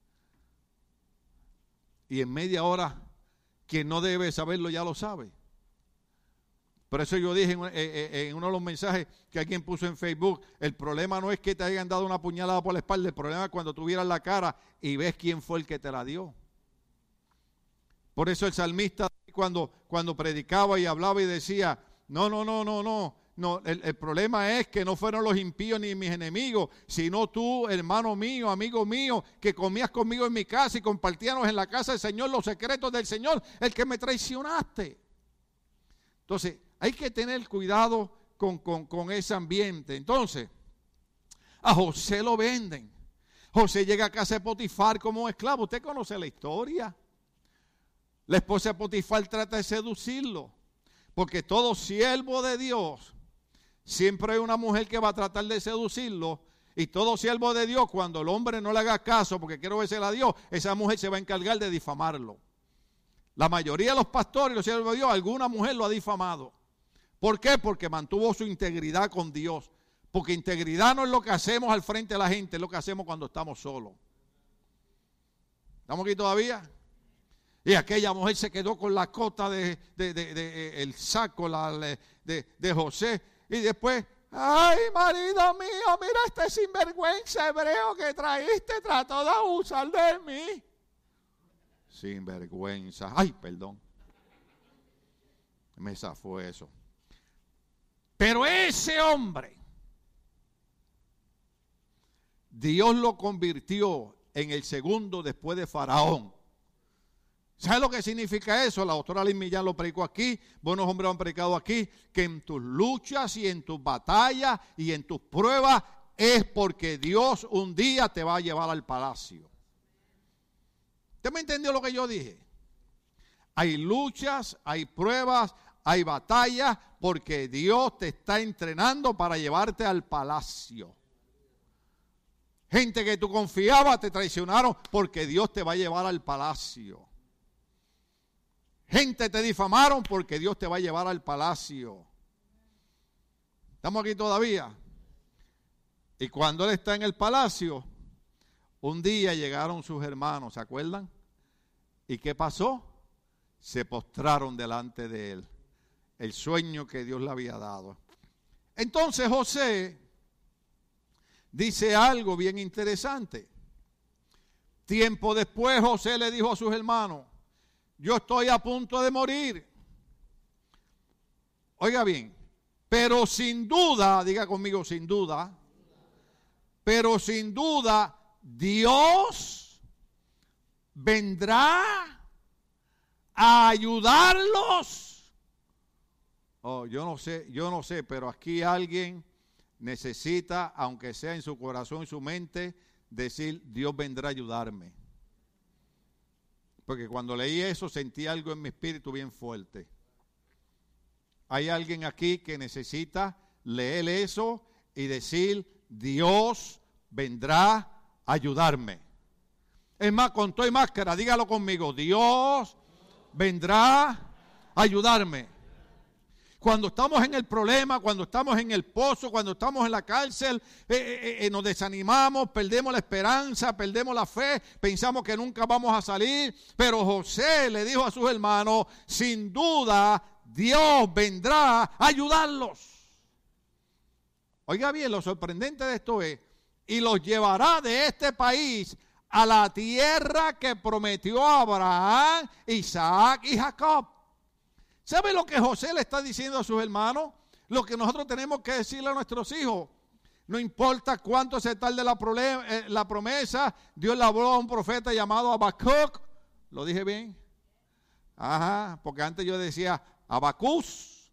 Speaker 1: y en media hora quien no debe saberlo ya lo sabe? Por eso yo dije en uno de los mensajes que alguien puso en Facebook, el problema no es que te hayan dado una puñalada por la espalda, el problema es cuando tú miras la cara y ves quién fue el que te la dio. Por eso el salmista cuando predicaba y hablaba y decía, no, el problema es que no fueron los impíos ni mis enemigos, sino tú, hermano mío, amigo mío, que comías conmigo en mi casa y compartíamos en la casa del Señor los secretos del Señor, el que me traicionaste. Entonces, hay que tener cuidado con ese ambiente. Entonces, a José lo venden. José llega a casa de Potifar como esclavo. Usted conoce la historia. La esposa de Potifar trata de seducirlo, porque todo siervo de Dios, siempre hay una mujer que va a tratar de seducirlo, y todo siervo de Dios, cuando el hombre no le haga caso porque quiere obedecer a Dios, esa mujer se va a encargar de difamarlo. La mayoría de los pastores y los siervos de Dios, alguna mujer lo ha difamado. ¿Por qué? Porque mantuvo su integridad con Dios. Porque integridad no es lo que hacemos al frente de la gente, es lo que hacemos cuando estamos solos. ¿Estamos aquí todavía? Y aquella mujer se quedó con la cota el saco de José. Y después, ay, marido mío, mira este sinvergüenza hebreo que traíste, trató de abusar de mí. Sinvergüenza. Ay, perdón. Me zafó eso. Pero ese hombre, Dios lo convirtió en el segundo después de Faraón. ¿Sabe lo que significa eso? La doctora Liz Millán lo predicó aquí, buenos hombres han predicado aquí, que en tus luchas y en tus batallas y en tus pruebas es porque Dios un día te va a llevar al palacio. ¿Usted me entendió lo que yo dije? Hay luchas, hay pruebas, hay batallas porque Dios te está entrenando para llevarte al palacio. Gente que tú confiabas te traicionaron porque Dios te va a llevar al palacio. Gente te difamaron porque Dios te va a llevar al palacio. ¿Estamos aquí todavía? Y cuando él está en el palacio, un día llegaron sus hermanos, ¿se acuerdan? ¿Y qué pasó? Se postraron delante de él. El sueño que Dios le había dado. Entonces José dice algo bien interesante. Tiempo después José le dijo a sus hermanos, yo estoy a punto de morir. Oiga bien, pero sin duda, diga conmigo sin duda, pero sin duda Dios vendrá a ayudarlos. Oh, yo no sé, pero aquí alguien necesita, aunque sea en su corazón y su mente, decir, Dios vendrá a ayudarme. Porque cuando leí eso sentí algo en mi espíritu bien fuerte. Hay alguien aquí que necesita leer eso y decir, Dios vendrá a ayudarme. Es más, con todo y máscara, dígalo conmigo, Dios vendrá a ayudarme. Cuando estamos en el problema, cuando estamos en el pozo, cuando estamos en la cárcel, nos desanimamos, perdemos la esperanza, perdemos la fe, pensamos que nunca vamos a salir. Pero José le dijo a sus hermanos, sin duda Dios vendrá a ayudarlos. Oiga bien, lo sorprendente de esto es, y los llevará de este país a la tierra que prometió a Abraham, Isaac y Jacob. ¿Sabe lo que José le está diciendo a sus hermanos? Lo que nosotros tenemos que decirle a nuestros hijos. No importa cuánto se tarde la promesa, Dios le habló a un profeta llamado Habacuc. ¿Lo dije bien? Ajá, porque antes yo decía Abacús.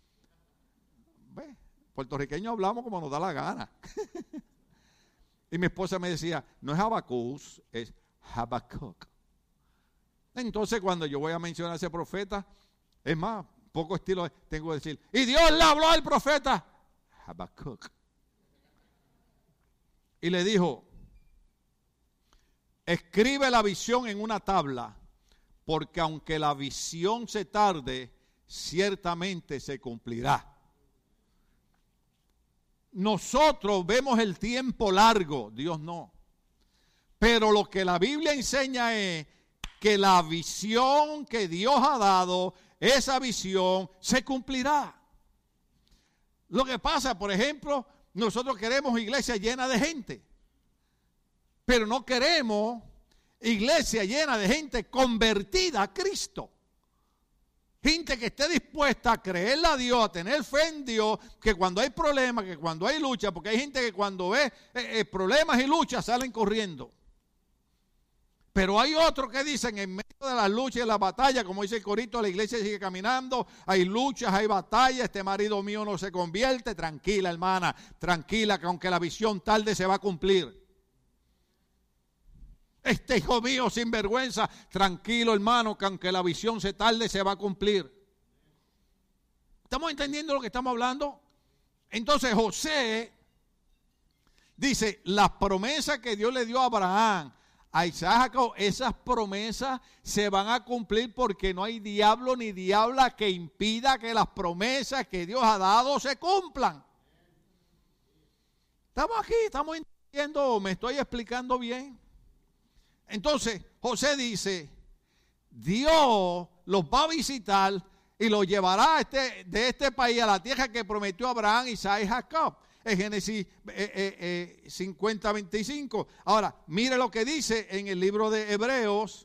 Speaker 1: Puertorriqueños hablamos como nos da la gana. Y mi esposa me decía, no es Abacús, es Habacuc. Entonces cuando yo voy a mencionar a ese profeta, es más, poco estilo tengo que decir, y Dios le habló al profeta Habacuc. Y le dijo, escribe la visión en una tabla, porque aunque la visión se tarde, ciertamente se cumplirá. Nosotros vemos el tiempo largo, Dios no. Pero lo que la Biblia enseña es que la visión que Dios ha dado, esa visión se cumplirá. Lo que pasa, por ejemplo, nosotros queremos iglesia llena de gente, pero no queremos iglesia llena de gente convertida a Cristo. Gente que esté dispuesta a creerle a Dios, a tener fe en Dios, que cuando hay problemas, que cuando hay lucha, porque hay gente que cuando ve problemas y luchas salen corriendo. Pero hay otros que dicen, en medio de las luchas y de las batallas, como dice el corito, la iglesia sigue caminando, hay luchas, hay batallas, este marido mío no se convierte, tranquila hermana, tranquila, que aunque la visión tarde se va a cumplir. Este hijo mío sin vergüenza, tranquilo hermano, que aunque la visión se tarde se va a cumplir. ¿Estamos entendiendo lo que estamos hablando? Entonces José dice, las promesas que Dios le dio a Abraham, a Isaac, Jacob, esas promesas se van a cumplir porque no hay diablo ni diabla que impida que las promesas que Dios ha dado se cumplan. Estamos aquí, estamos entendiendo, me estoy explicando bien. Entonces José dice, Dios los va a visitar y los llevará de este país a la tierra que prometió Abraham, Isaac y Jacob. En Génesis 50:25. Ahora, mire lo que dice en el libro de Hebreos.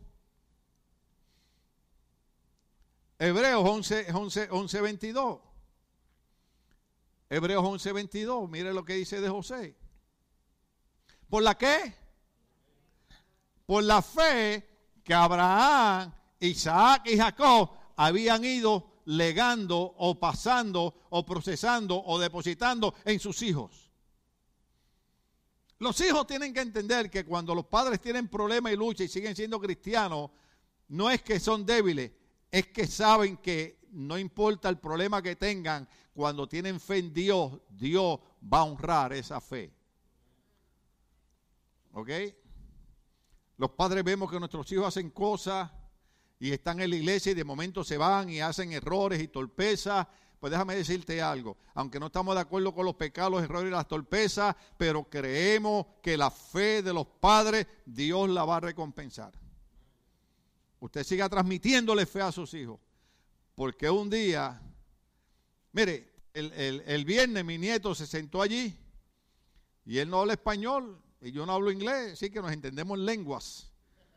Speaker 1: Hebreos 11:22. Hebreos 11:22. Mire lo que dice de José. ¿Por la qué? Por la fe que Abraham, Isaac y Jacob habían ido legando o pasando o procesando o depositando en sus hijos. Los hijos tienen que entender que cuando los padres tienen problemas y lucha y siguen siendo cristianos, no es que son débiles, es que saben que no importa el problema que tengan, cuando tienen fe en Dios, Dios va a honrar esa fe. ¿Ok? Los padres vemos que nuestros hijos hacen cosas y están en la iglesia y de momento se van y hacen errores y torpezas. Pues déjame decirte algo, aunque no estamos de acuerdo con los pecados, los errores y las torpezas, pero creemos que la fe de los padres, Dios la va a recompensar. Usted siga transmitiéndole fe a sus hijos, porque un día, mire, el viernes mi nieto se sentó allí y él no habla español y yo no hablo inglés, así que nos entendemos en lenguas.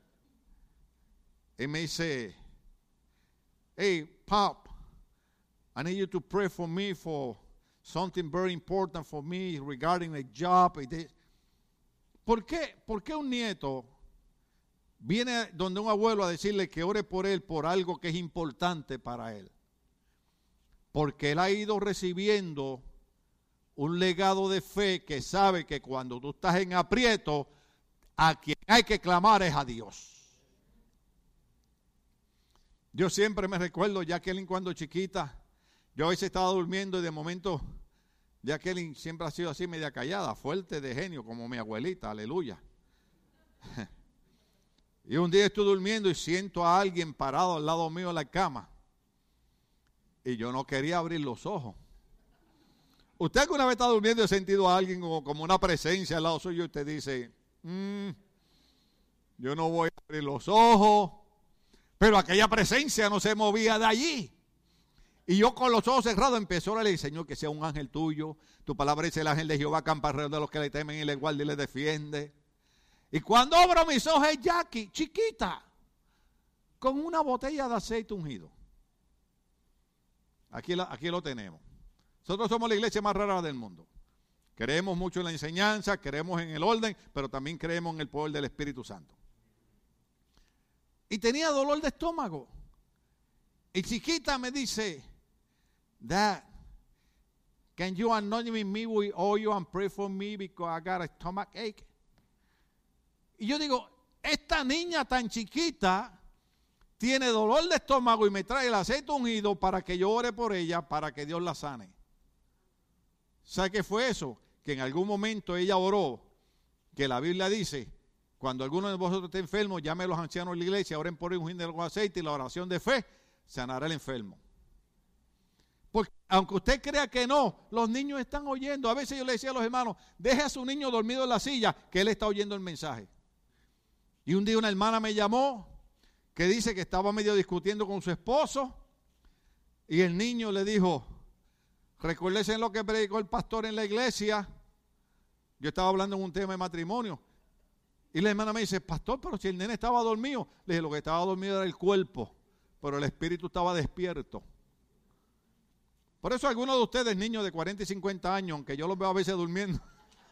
Speaker 1: Él me dice, hey, Pop, I need you to pray for me for something very important for me regarding a job. ¿Por qué un nieto viene donde un abuelo a decirle que ore por él por algo que es importante para él? Porque él ha ido recibiendo un legado de fe que sabe que cuando tú estás en aprieto, a quien hay que clamar es a Dios. Yo siempre me recuerdo, Jacqueline cuando chiquita, yo a veces estaba durmiendo y de momento, Jacqueline siempre ha sido así media callada, fuerte de genio, como mi abuelita, aleluya. Y un día estoy durmiendo y siento a alguien parado al lado mío en la cama. Y yo no quería abrir los ojos. ¿Usted alguna vez está durmiendo y ha sentido a alguien como una presencia al lado suyo y usted dice, yo no voy a abrir los ojos? Pero aquella presencia no se movía de allí. Y yo con los ojos cerrados empecé a orarle, Señor, que sea un ángel tuyo. Tu palabra dice, el ángel de Jehová acampa alrededor de los que le temen y le guarda y le defiende. Y cuando abro mis ojos es Jackie, chiquita, con una botella de aceite ungido. Aquí lo tenemos. Nosotros somos la iglesia más rara del mundo. Creemos mucho en la enseñanza, creemos en el orden, pero también creemos en el poder del Espíritu Santo. Y tenía dolor de estómago. Y chiquita me dice, Dad, can you anoint me with oil and pray for me because I got a stomach ache? Y yo digo, esta niña tan chiquita tiene dolor de estómago y me trae el aceite ungido para que yo ore por ella, para que Dios la sane. ¿Sabe qué fue eso? Que en algún momento ella oró, que la Biblia dice Cuando alguno de vosotros esté enfermo, llame a los ancianos de la iglesia, oren por él, ungiéndole con aceite, y la oración de fe sanará al enfermo. Porque aunque usted crea que no, los niños están oyendo. A veces yo le decía a los hermanos, deje a su niño dormido en la silla, que él está oyendo el mensaje. Y un día una hermana me llamó, que dice que estaba medio discutiendo con su esposo, y el niño le dijo, recuérdese en lo que predicó el pastor en la iglesia. Yo estaba hablando en un tema de matrimonio, y la hermana me dice, pastor, pero si el nene estaba dormido. Le dije, lo que estaba dormido era el cuerpo, pero el espíritu estaba despierto. Por eso algunos de ustedes, niños de 40 y 50 años, aunque yo los veo a veces durmiendo,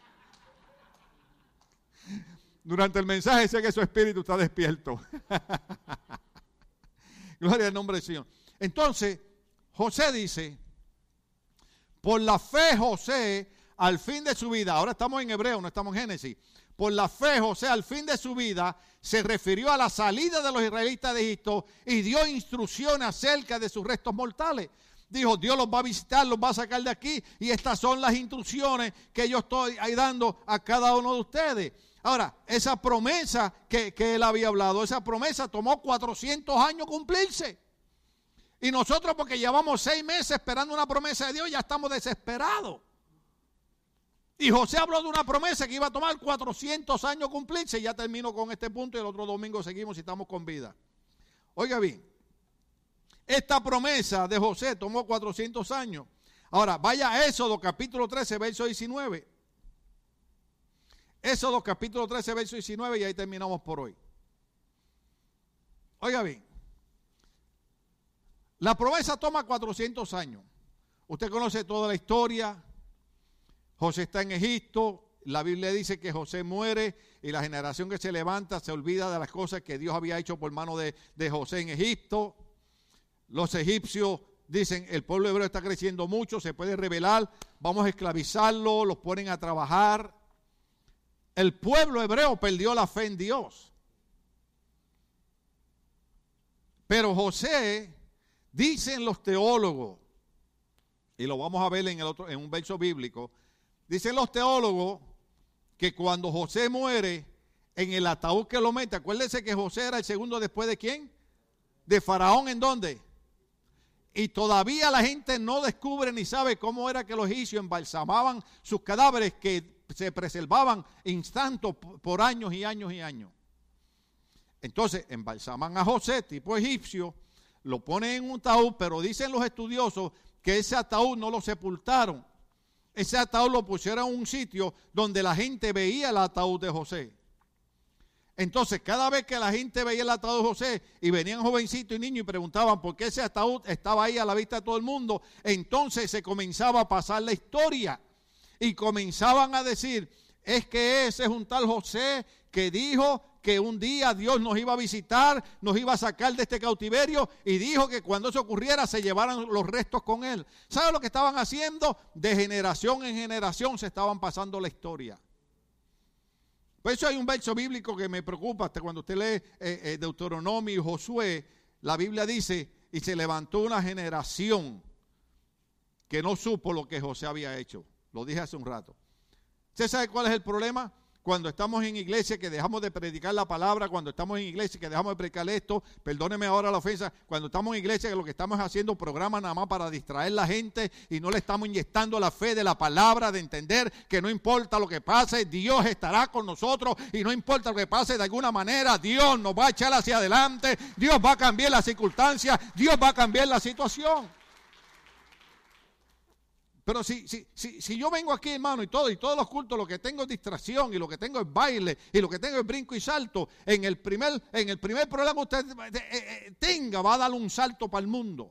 Speaker 1: durante el mensaje sé que su espíritu está despierto. Gloria al nombre del Señor. Entonces, José dice, por la fe José, al fin de su vida, ahora estamos en Hebreo, no estamos en Génesis, por la fe José, al fin de su vida, se refirió a la salida de los israelitas de Egipto y dio instrucciones acerca de sus restos mortales. Dijo, Dios los va a visitar, los va a sacar de aquí, y estas son las instrucciones que yo estoy ahí dando a cada uno de ustedes. Ahora, esa promesa que él había hablado, esa promesa tomó 400 años cumplirse. Y nosotros, porque llevamos 6 meses esperando una promesa de Dios, ya estamos desesperados. Y José habló de una promesa que iba a tomar 400 años cumplirse. Y ya termino con este punto y el otro domingo seguimos si estamos con vida. Oiga bien, esta promesa de José tomó 400 años. Ahora, vaya a Éxodo capítulo 13, verso 19. Éxodo capítulo 13, verso 19, y ahí terminamos por hoy. Oiga bien, la promesa toma 400 años. Usted conoce toda la historia. José está en Egipto. La Biblia dice que José muere y la generación que se levanta se olvida de las cosas que Dios había hecho por mano de José en Egipto. Los egipcios dicen, el pueblo hebreo está creciendo mucho, se puede rebelar, vamos a esclavizarlo, los ponen a trabajar. El pueblo hebreo perdió la fe en Dios. Pero José, dicen los teólogos, y lo vamos a ver en un verso bíblico, dicen los teólogos que cuando José muere, en el ataúd que lo mete, acuérdense que José era el segundo después de ¿quién? De Faraón, ¿en dónde? Y todavía la gente no descubre ni sabe cómo era que los egipcios embalsamaban sus cadáveres que se preservaban instantes por años y años y años. Entonces embalsaman a José, tipo egipcio, lo ponen en un ataúd, pero dicen los estudiosos que ese ataúd no lo sepultaron. Ese ataúd lo pusieron en un sitio donde la gente veía el ataúd de José. Entonces, cada vez que la gente veía el ataúd de José y venían jovencitos y niños y preguntaban por qué ese ataúd estaba ahí a la vista de todo el mundo, entonces se comenzaba a pasar la historia y comenzaban a decir, es que ese es un tal José que dijo que un día Dios nos iba a visitar, nos iba a sacar de este cautiverio y dijo que cuando eso ocurriera se llevaran los restos con él. ¿Sabe lo que estaban haciendo? De generación en generación se estaban pasando la historia. Por eso hay un verso bíblico que me preocupa, hasta cuando usted lee Deuteronomio y Josué, la Biblia dice, y se levantó una generación que no supo lo que José había hecho. Lo dije hace un rato. ¿Usted sabe cuál es el problema? Cuando estamos en iglesia que dejamos de predicar la palabra, cuando estamos en iglesia que dejamos de predicar esto, perdóneme ahora la ofensa, cuando estamos en iglesia que lo que estamos haciendo es programas nada más para distraer a la gente y no le estamos inyectando la fe de la palabra, de entender que no importa lo que pase, Dios estará con nosotros y no importa lo que pase de alguna manera, Dios nos va a echar hacia adelante, Dios va a cambiar las circunstancias, Dios va a cambiar la situación. Pero si yo vengo aquí, hermano, y todos los cultos, lo que tengo es distracción, y lo que tengo es baile, y lo que tengo es brinco y salto, en el primer programa que usted tenga, va a dar un salto para el mundo.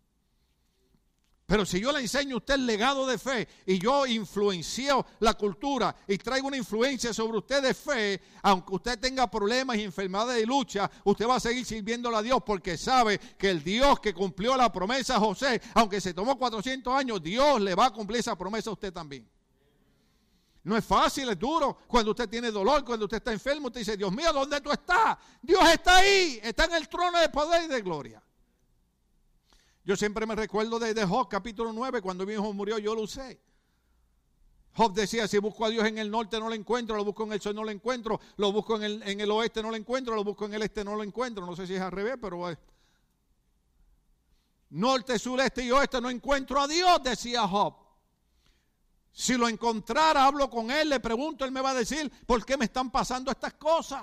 Speaker 1: Pero si yo le enseño a usted el legado de fe, y yo influencio la cultura, y traigo una influencia sobre usted de fe, aunque usted tenga problemas y enfermedades y lucha, usted va a seguir sirviéndole a Dios, porque sabe que el Dios que cumplió la promesa a José, aunque se tomó 400 años, Dios le va a cumplir esa promesa a usted también. No es fácil, es duro. Cuando usted tiene dolor, cuando usted está enfermo, usted dice, Dios mío, ¿dónde tú estás? Dios está ahí, está en el trono de poder y de gloria. Yo siempre me recuerdo de Job capítulo 9, cuando mi hijo murió, yo lo usé. Job decía, si busco a Dios en el norte no lo encuentro, lo busco en el sur no lo encuentro, lo busco en el oeste no lo encuentro, lo busco en el este no lo encuentro. No sé si es al revés, pero norte, sur, este y oeste no encuentro a Dios, decía Job. Si lo encontrara, hablo con él, le pregunto, él me va a decir, ¿por qué me están pasando estas cosas?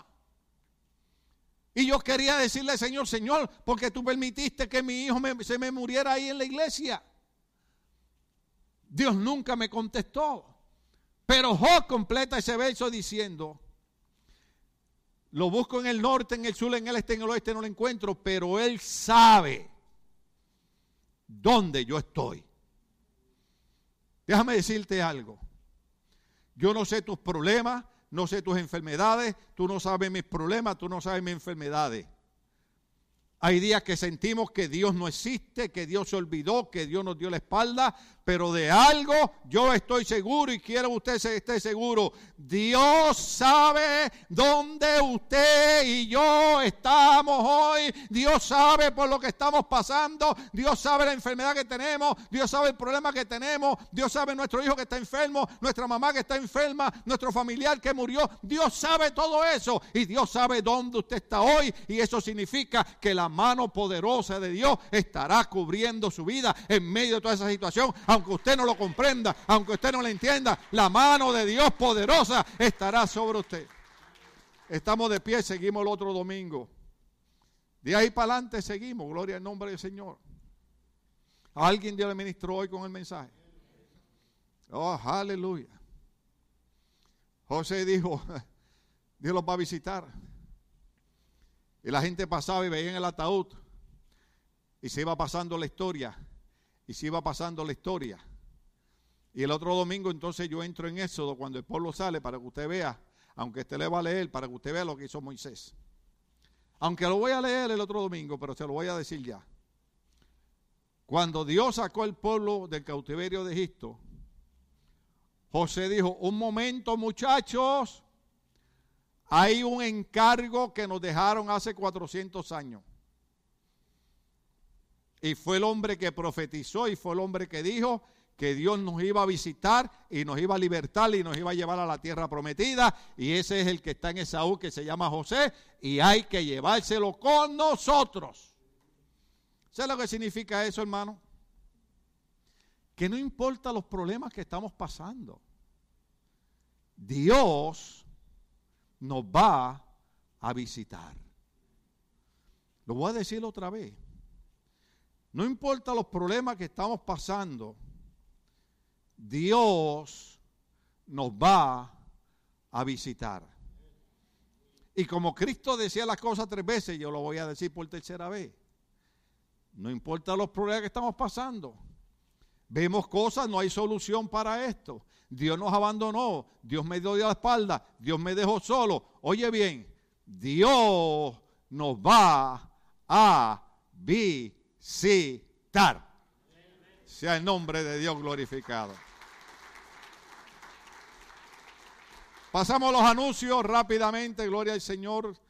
Speaker 1: Y yo quería decirle, Señor, ¿por qué tú permitiste que mi hijo se me muriera ahí en la iglesia? Dios nunca me contestó. Pero Job completa ese verso diciendo, lo busco en el norte, en el sur, en el este, en el oeste, no lo encuentro, pero Él sabe dónde yo estoy. Déjame decirte algo. Yo no sé tus problemas, no sé tus enfermedades, tú no sabes mis problemas, tú no sabes mis enfermedades. Hay días que sentimos que Dios no existe, que Dios se olvidó, que Dios nos dio la espalda, pero de algo yo estoy seguro y quiero que usted esté seguro. Dios sabe dónde usted y yo estamos hoy. Dios sabe por lo que estamos pasando. Dios sabe la enfermedad que tenemos. Dios sabe el problema que tenemos. Dios sabe nuestro hijo que está enfermo, nuestra mamá que está enferma, nuestro familiar que murió. Dios sabe todo eso y Dios sabe dónde usted está hoy, y eso significa que la mano poderosa de Dios estará cubriendo su vida en medio de toda esa situación. Aunque usted no lo comprenda, aunque usted no lo entienda, la mano de Dios poderosa estará sobre usted. Estamos de pie, seguimos el otro domingo. De ahí para adelante seguimos, gloria al nombre del Señor. ¿A alguien Dios le ministró hoy con el mensaje? Oh, aleluya. José dijo, Dios los va a visitar. Y la gente pasaba y veía en el ataúd y se iba pasando la historia. Y se iba pasando la historia. Y el otro domingo entonces yo entro en Éxodo cuando el pueblo sale, para que usted vea, aunque usted le va a leer, para que usted vea lo que hizo Moisés. Aunque lo voy a leer el otro domingo, pero se lo voy a decir ya. Cuando Dios sacó al pueblo del cautiverio de Egipto, José dijo, un momento muchachos, hay un encargo que nos dejaron hace 400 años. Y fue el hombre que profetizó y fue el hombre que dijo que Dios nos iba a visitar y nos iba a libertar y nos iba a llevar a la tierra prometida. Y ese es el que está en Esaú, que se llama José, y hay que llevárselo con nosotros. ¿Sabes lo que significa eso, hermano? Que no importa los problemas que estamos pasando, Dios nos va a visitar. Lo voy a decir otra vez. No importa los problemas que estamos pasando, Dios nos va a visitar. Y como Cristo decía las cosas 3 veces, yo lo voy a decir por 3ª vez. No importa los problemas que estamos pasando. Vemos cosas, no hay solución para esto. Dios nos abandonó, Dios me dio la espalda, Dios me dejó solo. Oye bien, Dios nos va a visitar. Sea el nombre de Dios glorificado. Pasamos a los anuncios rápidamente, gloria al Señor.